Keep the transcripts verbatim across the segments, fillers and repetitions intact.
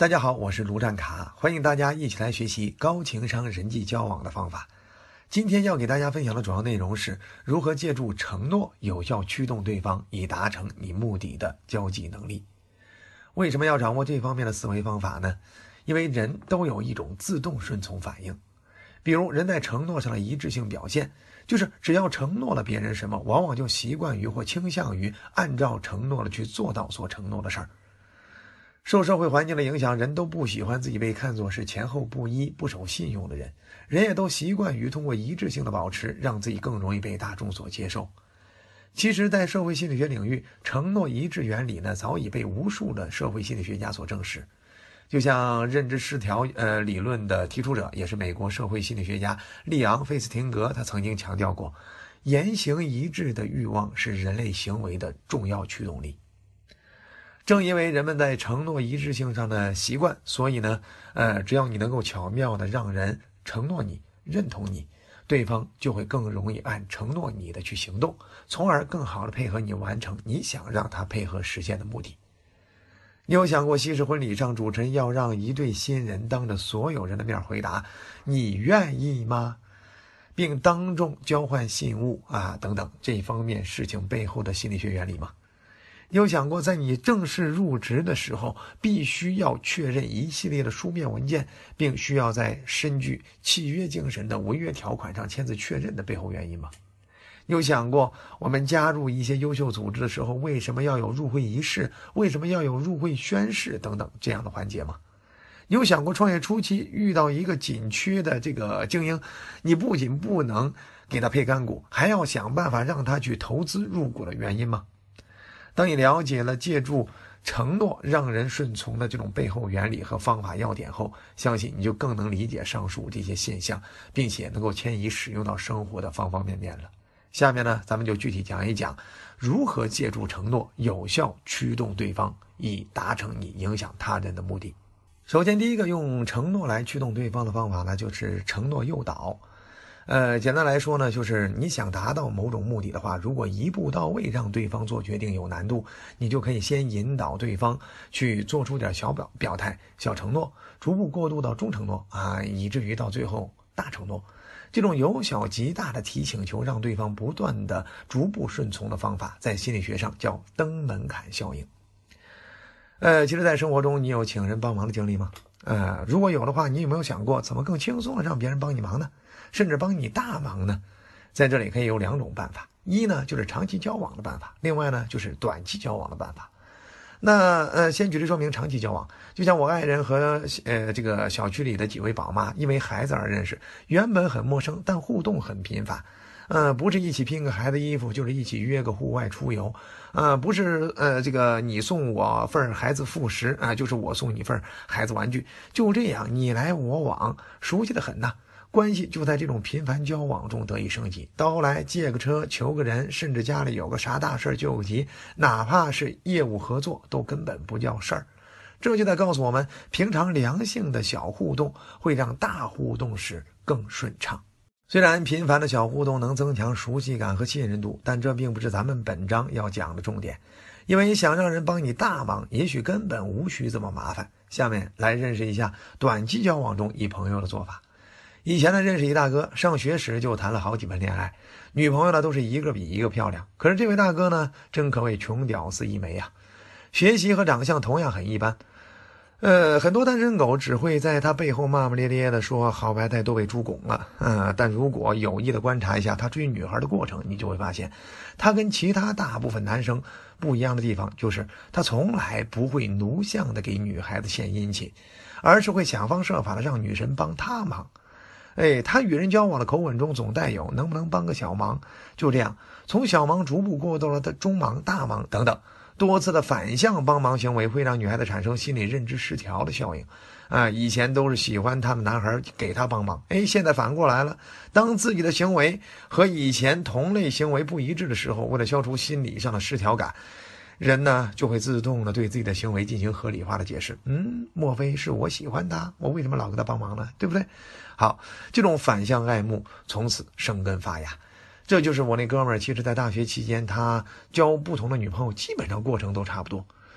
大家好，我是卢占卡，欢迎大家一起来学习高情商人际交往的方法。今天要给大家分享的主要内容是如何借助承诺有效驱动对方以达成你目的的交际能力。为什么要掌握这方面的思维方法呢？因为人都有一种自动顺从反应。比如人在承诺上的一致性表现，就是只要承诺了别人什么，往往就习惯于或倾向于按照承诺的去做到所承诺的事儿。受社会环境的影响，人都不喜欢自己被看作是前后不一、不守信用的人，人也都习惯于通过一致性的保持，让自己更容易被大众所接受。其实在社会心理学领域，承诺一致原理呢，早已被无数的社会心理学家所证实。就像认知失调呃理论的提出者，也是美国社会心理学家利昂·费斯廷格，他曾经强调过，言行一致的欲望是人类行为的重要驱动力。正因为人们在承诺一致性上的习惯，所以呢，呃，只要你能够巧妙的让人承诺你、认同你，对方就会更容易按承诺你的去行动，从而更好的配合你完成你想让他配合实现的目的。你有想过西式婚礼上主持人要让一对新人当着所有人的面回答“你愿意吗”，并当众交换信物啊等等这方面事情背后的心理学原理吗？你有想过在你正式入职的时候必须要确认一系列的书面文件，并需要在深具契约精神的违约条款上签字确认的背后原因吗？你有想过我们加入一些优秀组织的时候为什么要有入会仪式，为什么要有入会宣誓等等这样的环节吗？你有想过创业初期遇到一个紧缺的这个精英，你不仅不能给他配干股，还要想办法让他去投资入股的原因吗？当你了解了借助承诺让人顺从的这种背后原理和方法要点后，相信你就更能理解上述这些现象，并且能够迁移使用到生活的方方面面了。下面呢，咱们就具体讲一讲如何借助承诺有效驱动对方，以达成你影响他人的目的。首先，第一个用承诺来驱动对方的方法呢，就是承诺诱导。呃，简单来说呢，就是你想达到某种目的的话，如果一步到位让对方做决定有难度，你就可以先引导对方去做出点小表表态、小承诺，逐步过渡到中承诺啊，以至于到最后大承诺。这种由小及大的提请求，让对方不断的逐步顺从的方法，在心理学上叫登门槛效应。呃，其实在生活中，你有请人帮忙的经历吗？呃，如果有的话，你有没有想过怎么更轻松的让别人帮你忙呢？甚至帮你大忙呢？在这里可以有两种办法，一呢就是长期交往的办法，另外呢就是短期交往的办法。那呃，先举例说明长期交往，就像我爱人和呃这个小区里的几位宝妈因为孩子而认识，原本很陌生，但互动很频繁。呃，不是一起拼个孩子衣服，就是一起约个户外出游。呃，不是呃这个你送我份孩子副食啊、呃，就是我送你份孩子玩具，就这样你来我往，熟悉的很呐。关系就在这种频繁交往中得以升级，到后来借个车、求个人，甚至家里有个啥大事救个急，哪怕是业务合作，都根本不叫事儿。这就在告诉我们，平常良性的小互动会让大互动时更顺畅。虽然频繁的小互动能增强熟悉感和信任度，但这并不是咱们本章要讲的重点。因为想让人帮你大忙，也许根本无需这么麻烦。下面来认识一下短期交往中以朋友的做法。以前呢，认识一大哥，上学时就谈了好几门恋爱，女朋友呢都是一个比一个漂亮。可是这位大哥呢，真可谓穷屌丝一枚啊，学习和长相同样很一般。呃，很多单身狗只会在他背后骂骂咧咧的说好白菜都被猪拱了。嗯，但如果有意的观察一下他追女孩的过程，你就会发现，他跟其他大部分男生不一样的地方，就是他从来不会奴相的给女孩子献殷勤，而是会想方设法的让女神帮他忙。哎，他与人交往的口吻中总带有能不能帮个小忙，就这样从小忙逐步过渡了的中忙、大忙等等，多次的反向帮忙行为会让女孩子产生心理认知失调的效应。啊，以前都是喜欢他的男孩给他帮忙，哎，现在反过来了，当自己的行为和以前同类行为不一致的时候，为了消除心理上的失调感，人呢就会自动的对自己的行为进行合理化的解释。嗯，莫非是我喜欢他，我为什么老给他帮忙呢？对不对？好，这种反向爱慕从此生根发芽。这就是我那哥们儿，其实在大学期间他交不同的女朋友基本上过程都差不多。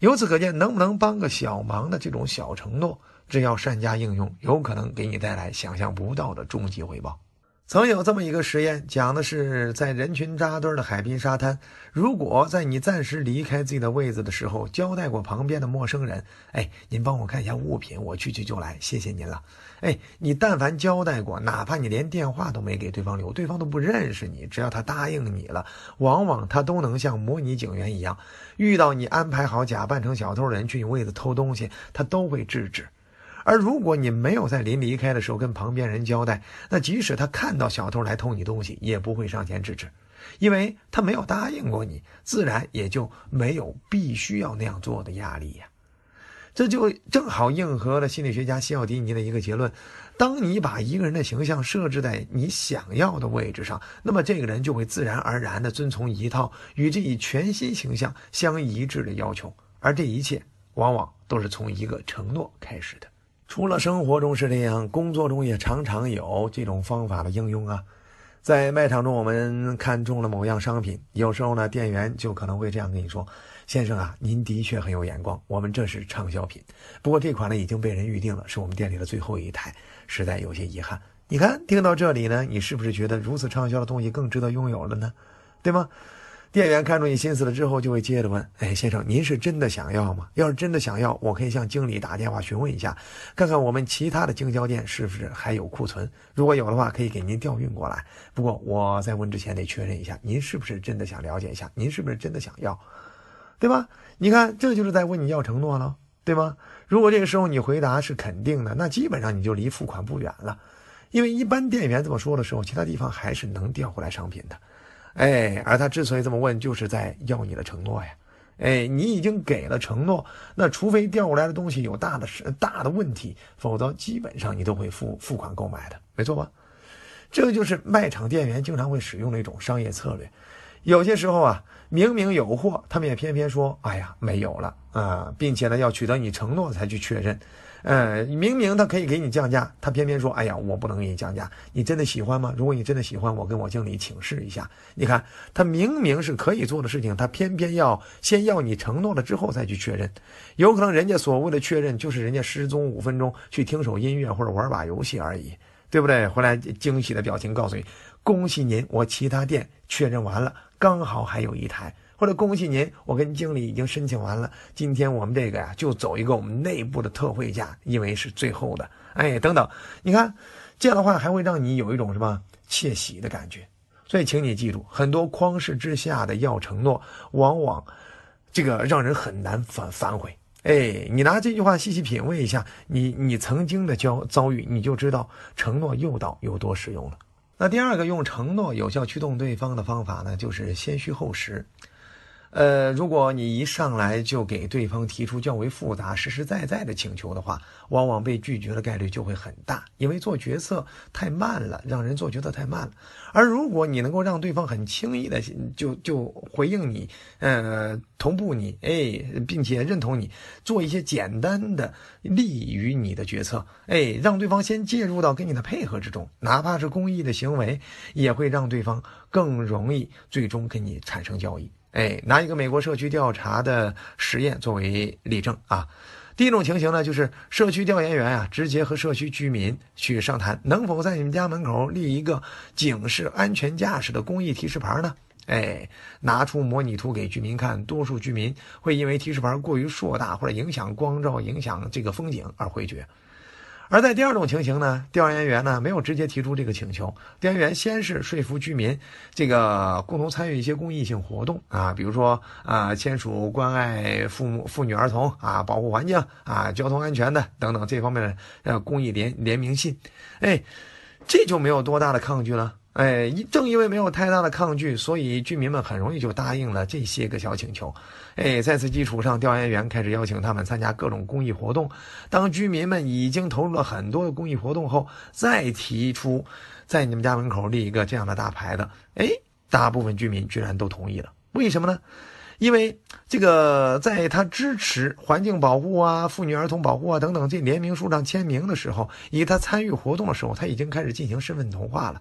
由此可见，能不能帮个小忙的这种小承诺，只要善加应用，有可能给你带来想象不到的终极回报。曾有这么一个实验，讲的是在人群扎堆的海滨沙滩，如果在你暂时离开自己的位子的时候，交代过旁边的陌生人，哎，您帮我看一下物品，我去去就来，谢谢您了。哎，你但凡交代过，哪怕你连电话都没给对方留，对方都不认识你，只要他答应你了，往往他都能像模拟警员一样，遇到你安排好假扮成小偷的人去你位子偷东西，他都会制止。而如果你没有在临离开的时候跟旁边人交代，那即使他看到小偷来偷你东西，也不会上前制止，因为他没有答应过你，自然也就没有必须要那样做的压力呀。这就正好应和了心理学家西奥迪尼的一个结论：当你把一个人的形象设置在你想要的位置上，那么这个人就会自然而然地遵从一套与这一全新形象相一致的要求，而这一切往往都是从一个承诺开始的。除了生活中是这样，工作中也常常有这种方法的应用啊。在卖场中，我们看中了某样商品，有时候呢，店员就可能会这样跟你说：先生啊，您的确很有眼光，我们这是畅销品，不过这款呢已经被人预定了，是我们店里的最后一台，实在有些遗憾。你看，听到这里呢，你是不是觉得如此畅销的东西更值得拥有了呢？对吗？店员看出你心思了之后，就会接着问：哎，先生，您是真的想要吗？要是真的想要，我可以向经理打电话询问一下，看看我们其他的经销店是不是还有库存，如果有的话，可以给您调运过来。不过我在问之前得确认一下，您是不是真的想了解一下，您是不是真的想要，对吧？你看，这就是在问你要承诺了，对吗？如果这个时候你回答是肯定的，那基本上你就离付款不远了，因为一般店员这么说的时候，其他地方还是能调回来商品的。哎，而他之所以这么问，就是在要你的承诺呀。哎，你已经给了承诺，那除非调过来的东西有大的大的问题，否则基本上你都会付付款购买的，没错吧？这就是卖场店员经常会使用的一种商业策略。有些时候啊，明明有货，他们也偏偏说：哎呀，没有了啊、呃，并且呢，要取得你承诺才去确认。呃，明明他可以给你降价，他偏偏说：哎呀，我不能给你降价，你真的喜欢吗？如果你真的喜欢，我跟我经理请示一下。你看，他明明是可以做的事情，他偏偏要先要你承诺了之后再去确认。有可能人家所谓的确认，就是人家失踪五分钟去听首音乐或者玩把游戏而已，对不对？回来惊喜的表情告诉你：恭喜您，我其他店确认完了，刚好还有一台。或者恭喜您，我跟经理已经申请完了，今天我们这个呀就走一个我们内部的特惠价，因为是最后的，哎，等等，你看这样的话还会让你有一种什么窃喜的感觉。所以请你记住，很多框式之下的要承诺，往往这个让人很难反反悔。哎，你拿这句话细细品味一下，你你曾经的遭遭遇，你就知道承诺诱导有多实用了。那第二个用承诺有效驱动对方的方法呢，就是先虚后实。呃，如果你一上来就给对方提出较为复杂、实实在在的请求的话，往往被拒绝的概率就会很大，因为做决策太慢了，让人做决策太慢了。而如果你能够让对方很轻易的就就回应你，呃，同步你，哎，并且认同你，做一些简单的利于你的决策，哎，让对方先介入到跟你的配合之中，哪怕是公益的行为，也会让对方更容易最终跟你产生交易。哎，拿一个美国社区调查的实验作为例证啊。第一种情形呢，就是社区调研员啊，直接和社区居民去商谈，能否在你们家门口立一个警示安全驾驶的公益提示牌呢？哎，拿出模拟图给居民看，多数居民会因为提示牌过于硕大或者影响光照、影响这个风景而回绝。而在第二种情形呢，调研员呢没有直接提出这个请求，调研员先是说服居民这个共同参与一些公益性活动啊，比如说啊签署关爱父母妇女儿童啊、保护环境啊、交通安全的等等这方面的呃公益联联名信，哎，这就没有多大的抗拒了。哎，正因为没有太大的抗拒，所以居民们很容易就答应了这些个小请求。哎，在此基础上，调研员开始邀请他们参加各种公益活动。当居民们已经投入了很多的公益活动后，再提出在你们家门口立一个这样的大牌子，哎，大部分居民居然都同意了。为什么呢？因为这个在他支持环境保护啊、妇女儿童保护啊等等这联名书上签名的时候，以及他参与活动的时候，他已经开始进行身份同化了。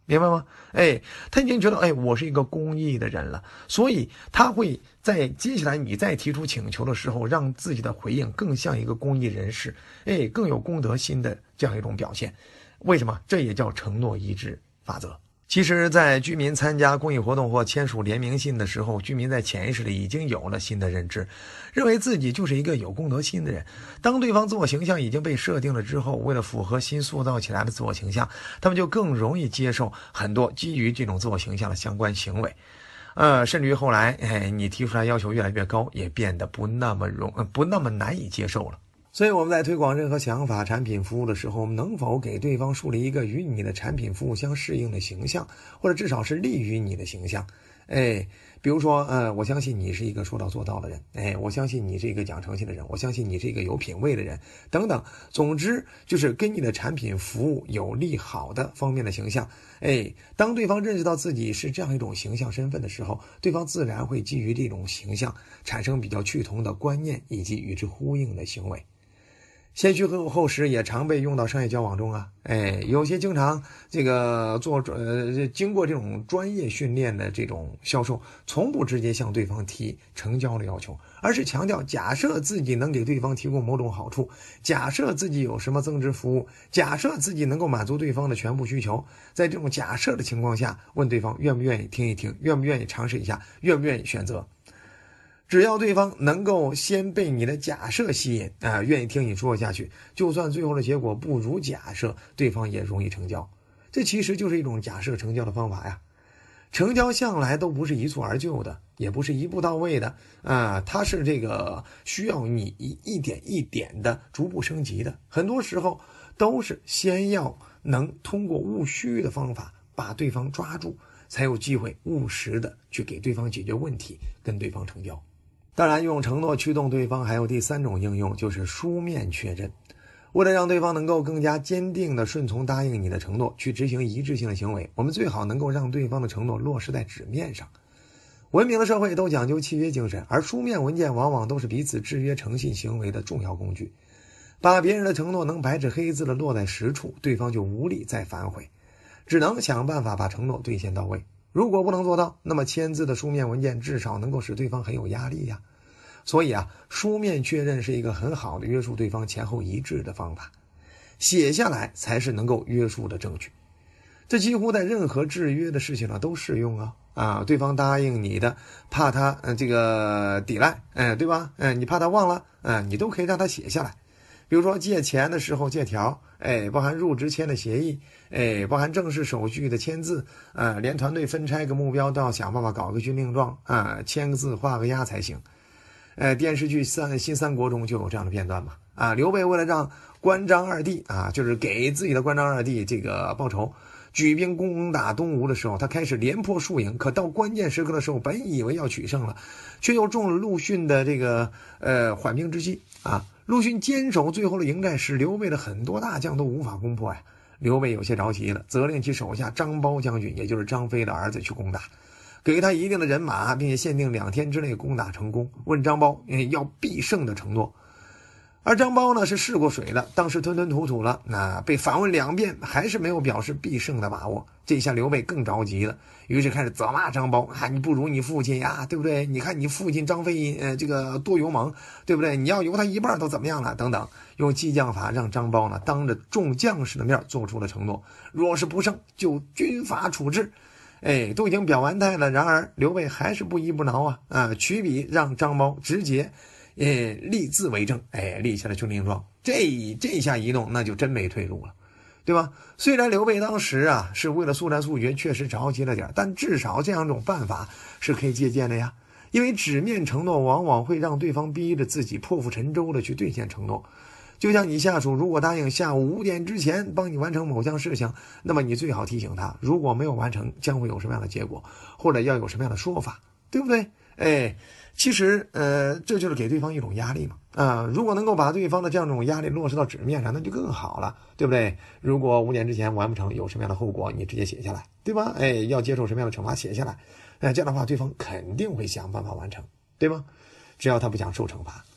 明白吗？哎，他已经觉得，哎，我是一个公益的人了，所以他会在接下来你再提出请求的时候，让自己的回应更像一个公益人士，哎，更有公德心的这样一种表现。为什么？这也叫承诺一致法则。其实在居民参加公益活动或签署联名信的时候，居民在潜意识里已经有了新的认知，认为自己就是一个有公德心的人。当对方自我形象已经被设定了之后，为了符合新塑造起来的自我形象，他们就更容易接受很多基于这种自我形象的相关行为。呃，甚至于后来，哎，你提出来要求越来越高，也变得不那么容，不那么难以接受了。所以我们在推广任何想法、产品、服务的时候，我们能否给对方树立一个与你的产品、服务相适应的形象，或者至少是利于你的形象？哎，比如说，呃，我相信你是一个说到做到的人，哎，我相信你是一个讲诚信的人，我相信你是一个有品位的人，等等。总之，就是跟你的产品、服务有利好的方面的形象。哎，当对方认识到自己是这样一种形象身份的时候，对方自然会基于这种形象产生比较趋同的观念以及与之呼应的行为。先虚和后实也常被用到商业交往中啊，哎，有些经常这个做呃经过这种专业训练的这种销售，从不直接向对方提成交的要求，而是强调假设自己能给对方提供某种好处，假设自己有什么增值服务，假设自己能够满足对方的全部需求，在这种假设的情况下，问对方愿不愿意听一听，愿不愿意尝试一下，愿不愿意选择。只要对方能够先被你的假设吸引啊、呃，愿意听你说下去，就算最后的结果不如假设，对方也容易成交。这其实就是一种假设成交的方法呀。成交向来都不是一蹴而就的，也不是一步到位的啊、呃，它是这个需要你一一点一点的逐步升级的。很多时候都是先要能通过务虚的方法把对方抓住，才有机会务实的去给对方解决问题，跟对方成交。当然，用承诺驱动对方还有第三种应用，就是书面确认。为了让对方能够更加坚定地顺从答应你的承诺，去执行一致性的行为，我们最好能够让对方的承诺落实在纸面上。文明的社会都讲究契约精神，而书面文件往往都是彼此制约诚信行为的重要工具。把别人的承诺能白纸黑字地落在实处，对方就无力再反悔，只能想办法把承诺兑现到位。如果不能做到，那么签字的书面文件至少能够使对方很有压力呀。所以啊，书面确认是一个很好的约束对方前后一致的方法，写下来才是能够约束的证据。这几乎在任何制约的事情上都适用啊啊！对方答应你的，怕他呃这个抵赖，哎、呃，对吧？哎、呃，你怕他忘了，嗯、呃，你都可以让他写下来。比如说借钱的时候借条，哎，包含入职签的协议，哎，包含正式手续的签字，呃，连团队分拆个目标都要想办法搞个军令状啊、呃，签个字画个押才行。呃，电视剧三新三国中就有这样的片段嘛，啊，刘备为了让关张二弟啊，就是给自己的关张二弟这个报仇，举兵攻打东吴的时候，他开始连破数营，可到关键时刻的时候，本以为要取胜了，却又中了陆逊的这个呃缓兵之计啊。陆逊坚守最后的营寨，使刘备的很多大将都无法攻破呀。刘备有些着急了，责令其手下张苞将军，也就是张飞的儿子去攻打，给他一定的人马，并且限定两天之内攻打成功，问张苞要必胜的承诺。而张苞呢是试过水的，当时吞吞吐吐了，那被反问两遍，还是没有表示必胜的把握。这下刘备更着急了，于是开始责骂张苞啊，你不如你父亲呀，对不对？你看你父亲张飞，呃，这个多勇猛，对不对？你要有他一半都怎么样了？等等，用激将法让张苞呢当着众将士的面做出了承诺，若是不胜，就军法处置。哎，都已经表完态了，然而刘备还是不依不挠啊啊！取笔让张苞直接，哎，立字为证，哎，立下了军令状。这这下一动，那就真没退路了，对吧？虽然刘备当时啊是为了速战速决，确实着急了点，但至少这样一种办法是可以借鉴的呀。因为纸面承诺往往会让对方逼着自己破釜沉舟的去兑现承诺。就像你下属如果答应下午五点之前帮你完成某项事情，那么你最好提醒他，如果没有完成将会有什么样的结果，或者要有什么样的说法，对不对？哎，其实呃这就是给对方一种压力嘛啊，如果能够把对方的这样一种压力落实到纸面上，那就更好了，对不对？如果五点之前完不成有什么样的后果，你直接写下来，对吧？哎，要接受什么样的惩罚写下来，哎，这样的话对方肯定会想办法完成，对吗？只要他不想受惩罚。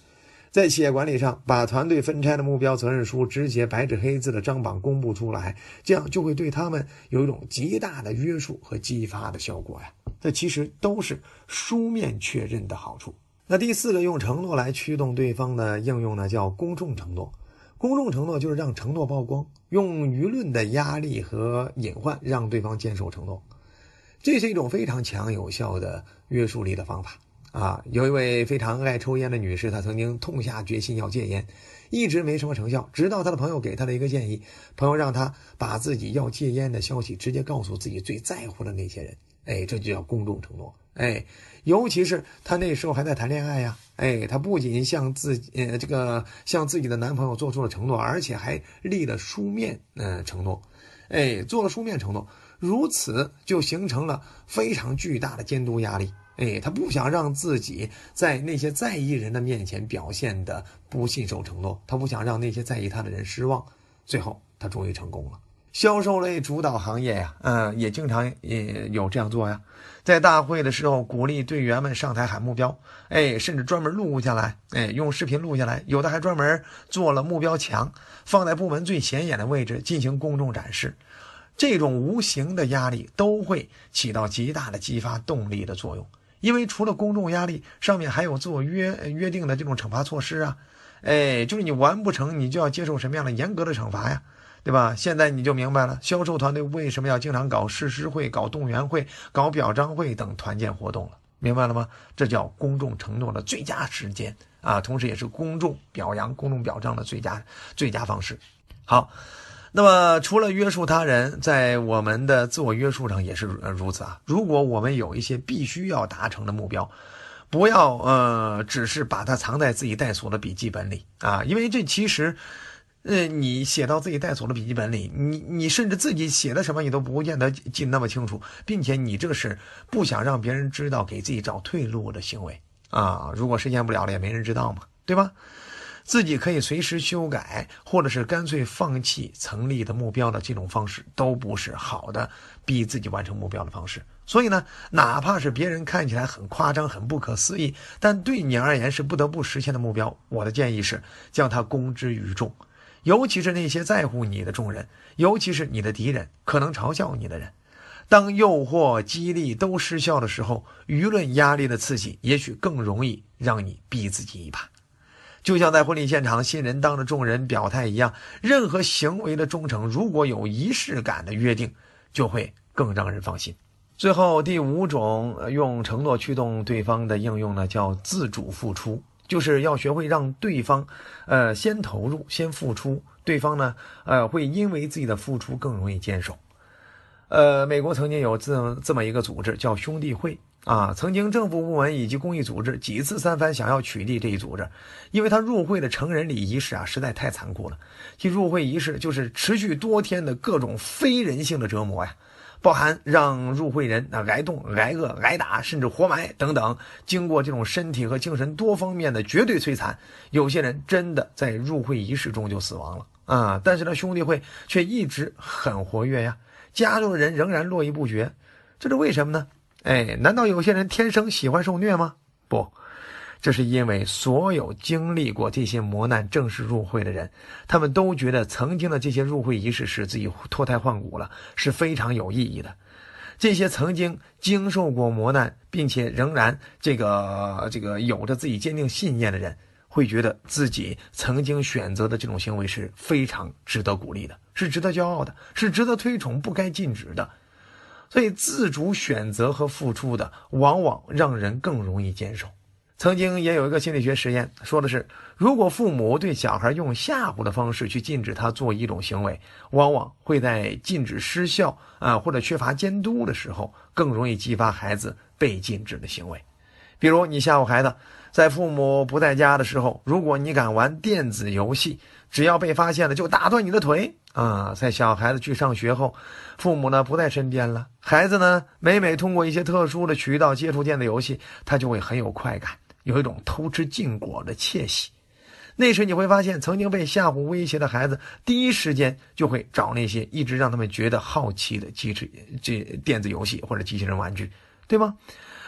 在企业管理上，把团队分拆的目标责任书直接白纸黑字的张榜公布出来，这样就会对他们有一种极大的约束和激发的效果呀。这其实都是书面确认的好处。那第四个用承诺来驱动对方的应用呢，叫公众承诺。公众承诺就是让承诺曝光，用舆论的压力和隐患让对方坚守承诺。这是一种非常强有效的约束力的方法啊！有一位非常爱抽烟的女士，她曾经痛下决心要戒烟，一直没什么成效，直到她的朋友给她了一个建议，朋友让她把自己要戒烟的消息直接告诉自己最在乎的那些人。哎，这就叫公众承诺。哎，尤其是她那时候还在谈恋爱呀，哎，她不仅向自己呃这个向自己的男朋友做出了承诺，而且还立了书面呃承诺。哎，做了书面承诺，如此就形成了非常巨大的监督压力。哎，他不想让自己在那些在意人的面前表现的不信守承诺，他不想让那些在意他的人失望。最后，他终于成功了。销售类主导行业呀，嗯，也经常也有这样做呀。在大会的时候，鼓励队员们上台喊目标，哎，甚至专门录下来，哎，用视频录下来，有的还专门做了目标墙，放在部门最显眼的位置进行公众展示。这种无形的压力都会起到极大的激发动力的作用，因为除了公众压力，上面还有自我约约定的这种惩罚措施啊，哎，就是你完不成，你就要接受什么样的严格的惩罚呀，对吧？现在你就明白了，销售团队为什么要经常搞誓师会、搞动员会、搞表彰会等团建活动了，明白了吗？这叫公众承诺的最佳时间啊，同时也是公众表扬、公众表彰的最佳最佳方式。好。那么除了约束他人，在我们的自我约束上也是如此啊。如果我们有一些必须要达成的目标，不要呃只是把它藏在自己带锁的笔记本里啊，因为这其实呃你写到自己带锁的笔记本里，你你甚至自己写的什么你都不见得记那么清楚，并且你这是不想让别人知道，给自己找退路的行为啊。如果实现不了了，也没人知道嘛，对吧？自己可以随时修改，或者是干脆放弃曾立的目标的这种方式，都不是好的逼自己完成目标的方式。所以呢，哪怕是别人看起来很夸张、很不可思议，但对你而言是不得不实现的目标，我的建议是将它公之于众，尤其是那些在乎你的众人，尤其是你的敌人，可能嘲笑你的人。当诱惑、激励都失效的时候，舆论压力的刺激也许更容易让你逼自己一把。就像在婚礼现场新人当着众人表态一样，任何行为的忠诚如果有仪式感的约定，就会更让人放心。最后第五种用承诺驱动对方的应用呢，叫自主付出，就是要学会让对方呃先投入先付出，对方呢呃会因为自己的付出更容易坚守。呃，美国曾经有这这么一个组织叫兄弟会啊，曾经政府部门以及公益组织几次三番想要取缔这一组织，因为他入会的成人礼仪式啊实在太残酷了。其入会仪式就是持续多天的各种非人性的折磨呀，包含让入会人啊挨冻、挨饿、挨打，甚至活埋等等，经过这种身体和精神多方面的绝对摧残，有些人真的在入会仪式中就死亡了啊！但是呢，兄弟会却一直很活跃呀。加入的人仍然络绎不绝，这是为什么呢？哎，难道有些人天生喜欢受虐吗？不，这是因为所有经历过这些磨难正式入会的人，他们都觉得曾经的这些入会仪式使自己脱胎换骨了，是非常有意义的。这些曾经经受过磨难，并且仍然这个这个有着自己坚定信念的人，会觉得自己曾经选择的这种行为是非常值得鼓励的，是值得骄傲的，是值得推崇，不该禁止的。所以自主选择和付出的往往让人更容易坚守。曾经也有一个心理学实验，说的是如果父母对小孩用吓唬的方式去禁止他做一种行为，往往会在禁止失效啊或者缺乏监督的时候，更容易激发孩子被禁止的行为。比如你吓唬孩子，在父母不在家的时候，如果你敢玩电子游戏，只要被发现了就打断你的腿啊！在小孩子去上学后，父母呢不在身边了，孩子呢每每通过一些特殊的渠道接触电子游戏，他就会很有快感，有一种偷吃禁果的窃喜。那时你会发现，曾经被吓唬威胁的孩子，第一时间就会找那些一直让他们觉得好奇的机制这电子游戏或者机器人玩具，对吗？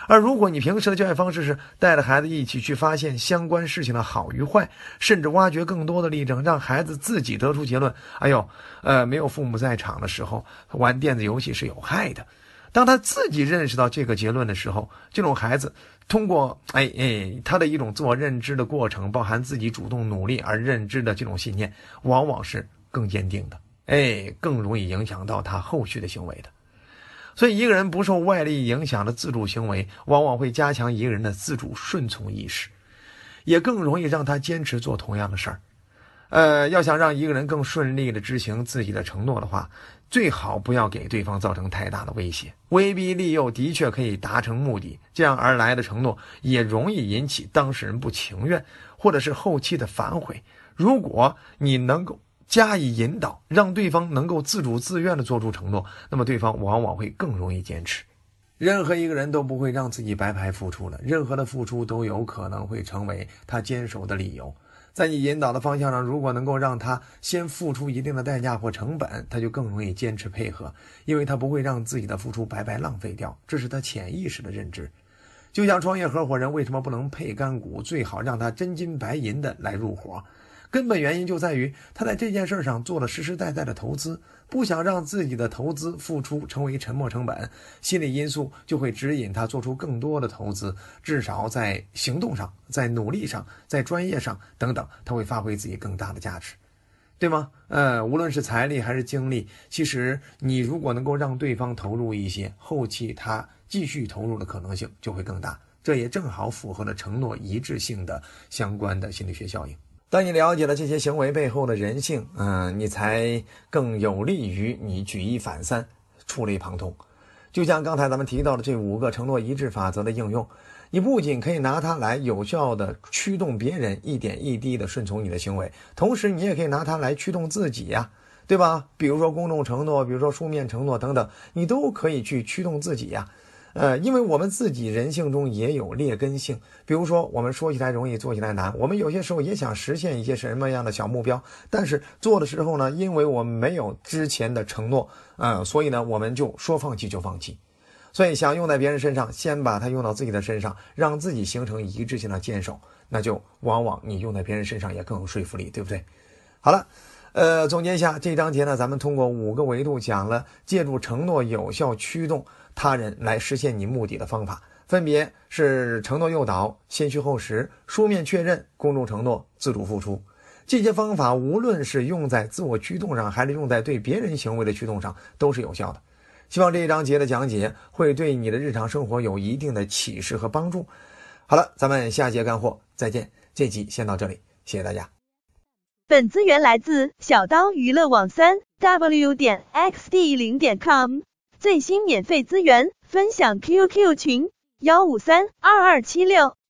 而如果你平时的教育方式是带着孩子一起去发现相关事情的好与坏，甚至挖掘更多的例证，让孩子自己得出结论，哎呦，呃，没有父母在场的时候玩电子游戏是有害的。当他自己认识到这个结论的时候，这种孩子通过哎哎他的一种自我认知的过程，包含自己主动努力而认知的这种信念，往往是更坚定的，哎，更容易影响到他后续的行为的。所以一个人不受外力影响的自主行为，往往会加强一个人的自主顺从意识，也更容易让他坚持做同样的事儿。呃，要想让一个人更顺利地执行自己的承诺的话，最好不要给对方造成太大的威胁。威逼利诱的确可以达成目的，这样而来的承诺也容易引起当事人不情愿，或者是后期的反悔。如果你能够加以引导，让对方能够自主自愿地做出承诺，那么对方往往会更容易坚持。任何一个人都不会让自己白白付出的，任何的付出都有可能会成为他坚守的理由。在你引导的方向上，如果能够让他先付出一定的代价或成本，他就更容易坚持配合，因为他不会让自己的付出白白浪费掉，这是他潜意识的认知。就像创业合伙人为什么不能配干股，最好让他真金白银的来入伙，根本原因就在于他在这件事上做了实实在在的投资，不想让自己的投资付出成为沉没成本，心理因素就会指引他做出更多的投资，至少在行动上，在努力上，在专业上等等，他会发挥自己更大的价值，对吗？呃，无论是财力还是精力，其实你如果能够让对方投入一些，后期他继续投入的可能性就会更大，这也正好符合了承诺一致性的相关的心理学效应。当你了解了这些行为背后的人性，嗯、呃，你才更有利于你举一反三，触类旁通。就像刚才咱们提到的这五个承诺一致法则的应用，你不仅可以拿它来有效的驱动别人一点一滴的顺从你的行为，同时你也可以拿它来驱动自己呀，对吧？比如说公众承诺，比如说书面承诺等等，你都可以去驱动自己呀。呃，因为我们自己人性中也有劣根性，比如说我们说起来容易做起来难，我们有些时候也想实现一些什么样的小目标，但是做的时候呢，因为我们没有之前的承诺，呃，所以呢我们就说放弃就放弃。所以想用在别人身上，先把它用到自己的身上，让自己形成一致性的坚守，那就往往你用在别人身上也更有说服力，对不对？好了，呃，总结一下这章节呢，咱们通过五个维度讲了借助承诺有效驱动他人来实现你目的的方法，分别是承诺诱导、先虚后实、书面确认、公众承诺、自主付出。这些方法无论是用在自我驱动上，还是用在对别人行为的驱动上，都是有效的。希望这一章节的讲解会对你的日常生活有一定的启示和帮助。好了，咱们下节干货再见。这集先到这里，谢谢大家。 本资源来自小刀娱乐网三 w 点 x d 零点 com。最新免费资源分享 Q Q 群：幺五三二二七六。